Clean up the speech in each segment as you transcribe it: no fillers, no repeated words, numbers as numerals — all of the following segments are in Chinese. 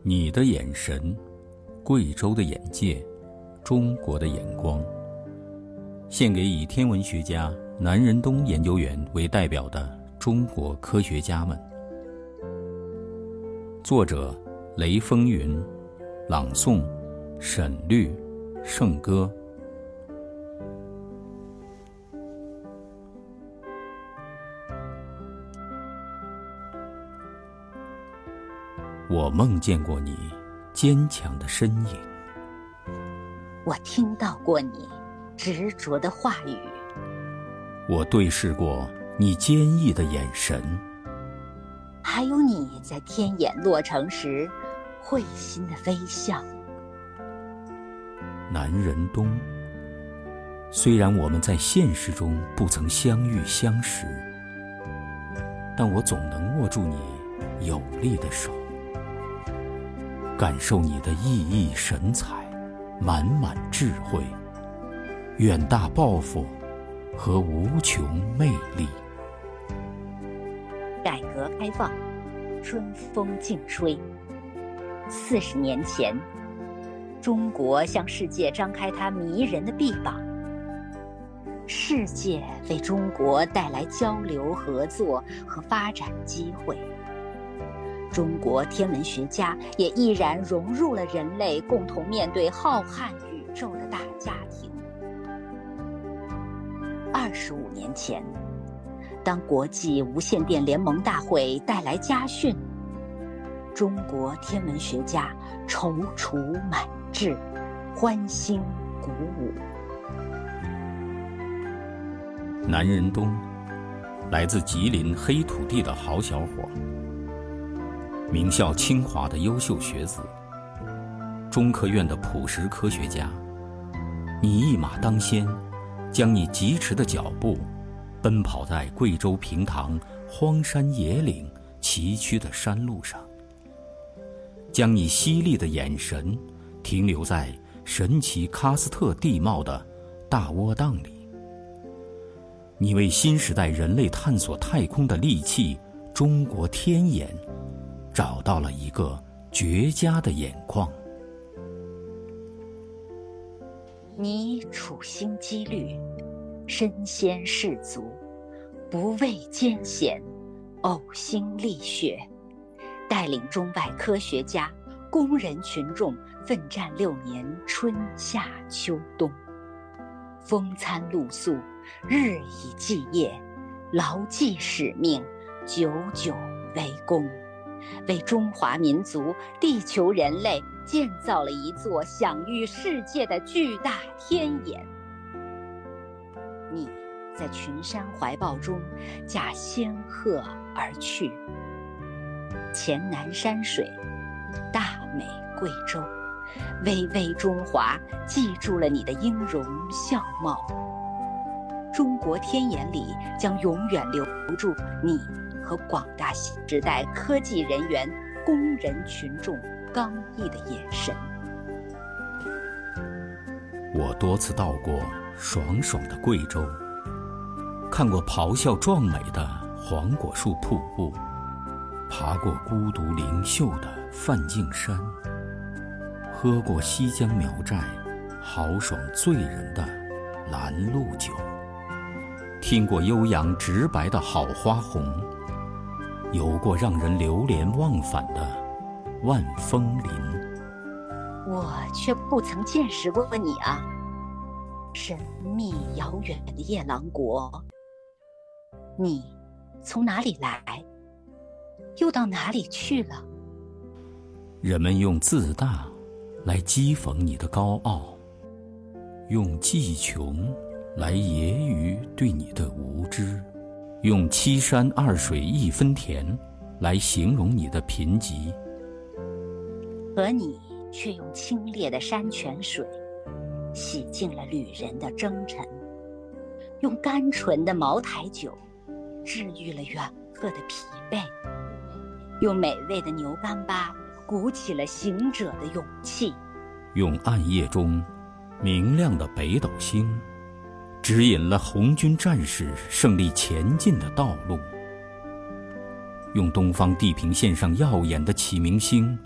你的眼神，贵州的眼界，中国的眼光，献给以天文学家南仁东研究员为代表的中国科学家们。作者雷风云，朗诵沈律，圣歌。我梦见过你坚强的身影， 我听到过你执着的话语， 我对视过你坚毅的眼神， 还有你在天眼落成时会心的微笑。 南仁东，虽然我们在现实中不曾相遇相识，但我总能握住你有力的手，感受你的熠熠神采，满满智慧，远大抱负和无穷魅力。 改革开放，春风劲吹。40年前，中国向世界张开它迷人的臂膀，世界为中国带来交流合作和发展机会。中国天文学家也毅然融入了人类共同面对浩瀚宇宙的大家庭。25年前，当国际无线电联盟大会带来家训，中国天文学家踌躇满志，欢欣鼓舞。 南仁东，来自吉林黑土地的好小伙，名校清华的优秀学子，中科院的朴实科学家，你一马当先，将你疾驰的脚步奔跑在贵州平塘荒山野岭崎岖的山路上，将你犀利的眼神停留在神奇喀斯特地貌的大窝凼里。你为新时代人类探索太空的利器中国天眼找到了一个绝佳的眼眶。 你处心积虑，身先士卒，不畏艰险，呕心沥血，带领中外科学家、工人群众奋战6年春夏秋冬，风餐露宿，日以继夜，牢记使命，久久为功，为中华民族、地球人类建造了一座享誉世界的巨大天眼。你在群山怀抱中驾仙鹤而去，黔南山水，大美贵州，巍巍中华记住了你的音容笑貌。中国天眼里将永远留住你和广大新时代科技人员、工人群众刚毅的眼神。 我多次到过爽爽的贵州，看过咆哮壮美的黄果树瀑布，爬过孤独灵秀的梵净山，喝过西江苗寨豪爽醉人的兰露酒，听过悠扬直白的好花红，游过让人流连忘返的万峰林。 我却不曾见识过你啊，神秘遥远的夜郎国。你从哪里来，又到哪里去了？ 人们用自大来讥讽你的高傲，用技穷来揶揄对你的无知，用7山2水1分田来形容你的贫瘠， 而你却用清冽的山泉水洗净了旅人的征尘，用甘醇的茅台酒治愈了远客的疲惫，用美味的牛粑粑鼓起了行者的勇气， 用暗夜中明亮的北斗星指引了红军战士胜利前进的道路，用东方地平线上耀眼的启明星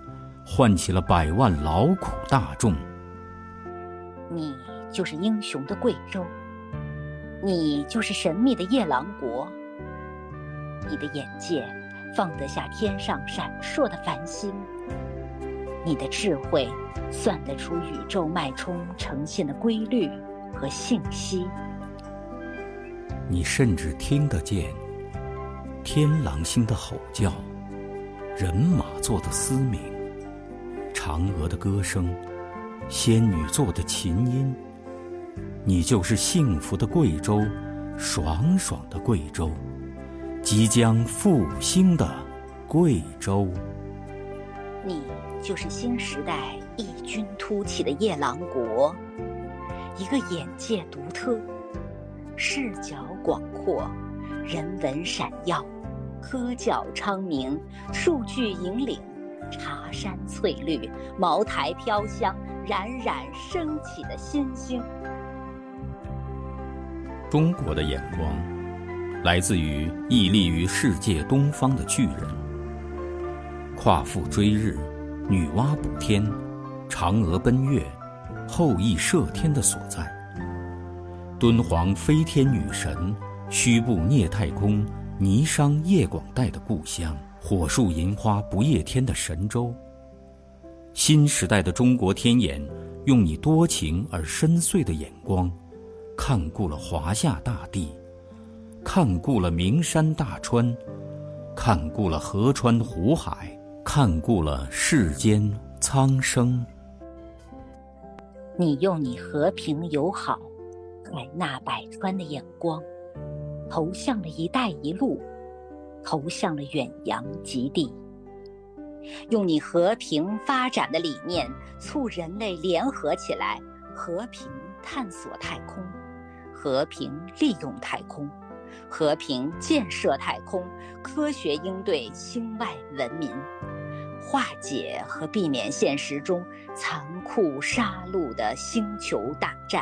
唤起了百万劳苦大众。 你就是英雄的贵州，你就是神秘的夜郎国。你的眼界放得下天上闪烁的繁星，你的智慧算得出宇宙脉冲呈现的规律和信息。 你甚至听得见天狼星的吼叫，人马座的嘶鸣，嫦娥的歌声，仙女座的琴音。你就是幸福的贵州，爽爽的贵州，即将复兴的贵州。 你就是新时代异军突起的夜郎国，一个眼界独特，视角广阔，人文闪耀，科教昌明，数据引领，茶山翠绿，茅台飘香，冉冉升起的新星。 中国的眼光来自于屹立于世界东方的巨人，夸父追日，女娲补天，嫦娥奔月，后羿射天的所在。敦煌飞天女神，虚布聂太空，霓裳叶广代的故乡，火树银花不夜天的神州。新时代的中国天眼，用你多情而深邃的眼光，看顾了华夏大地，看顾了名山大川，看顾了河川湖海，看顾了世间苍生。 你用你和平友好、海纳百川的眼光，投向了一带一路，投向了远洋极地。用你和平发展的理念，促人类联合起来，和平探索太空，和平利用太空，和平建设太空，科学应对星外文明，化解和避免现实中残酷杀戮的星球大战。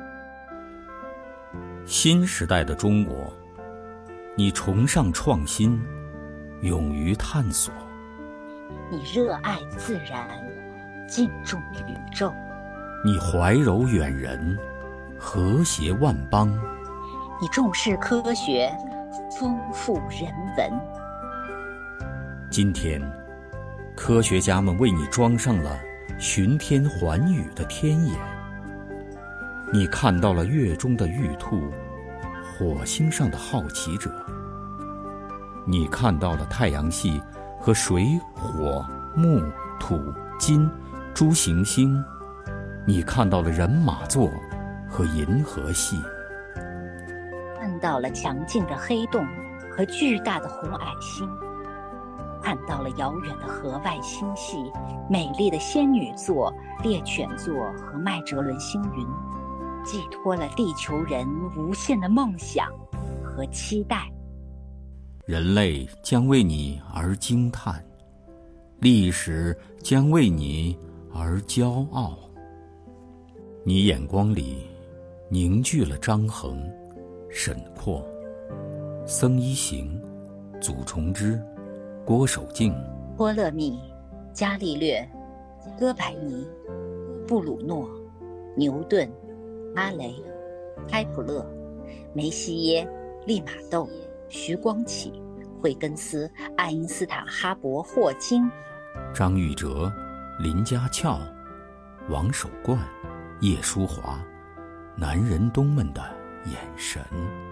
新时代的中国，你崇尚创新，勇于探索。 你热爱自然，敬重宇宙。 你怀柔远人，和谐万邦。 你重视科学，丰富人文。 今天，科学家们为你装上了巡天环宇的天眼。你看到了月中的玉兔，火星上的好奇者。你看到了太阳系和水火木土金诸行星。你看到了人马座和银河系， 看到了强劲的黑洞和巨大的红矮星，看到了遥远的河外星系、美丽的仙女座、猎犬座和麦哲伦星云，寄托了地球人无限的梦想和期待。 人类将为你而惊叹，历史将为你而骄傲。你眼光里凝聚了张衡、沈括、僧一行、祖重之、郭守敬、 托勒密、伽利略、哥白尼、布鲁诺、牛顿、阿雷、开普勒、梅西耶、利玛窦、徐光启、惠根斯、爱因斯坦、哈勃、霍金、 张玉哲、林家翘、王守冠、叶舒华，南仁东们的眼神。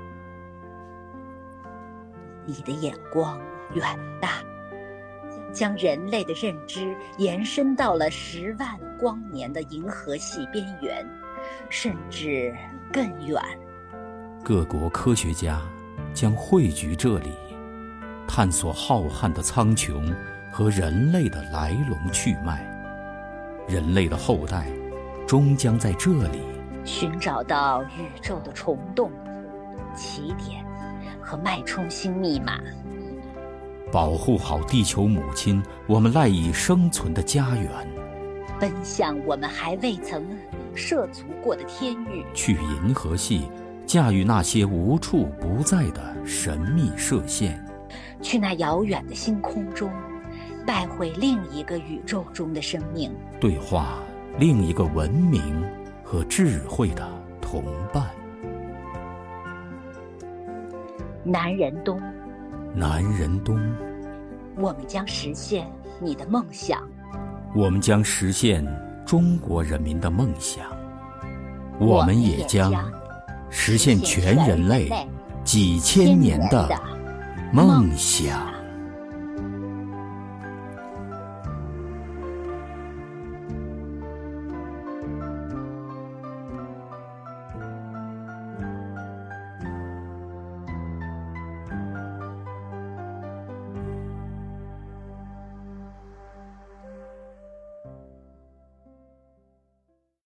你的眼光远大，将人类的认知延伸到了10万光年的银河系边缘，甚至更远。 各国科学家将汇聚这里，探索浩瀚的苍穹和人类的来龙去脉。人类的后代终将在这里寻找到宇宙的虫洞、起点和脉冲星密码， 保护好地球母亲我们赖以生存的家园， 奔向我们还未曾涉足过的天域， 去银河系驾驭那些无处不在的神秘射线， 去那遥远的星空中拜会另一个宇宙中的生命， 对话另一个文明和智慧的同伴。 南仁东， 南仁东， 我们将实现你的梦想， 我们将实现中国人民的梦想，我们也将实现全人类几千年的梦想。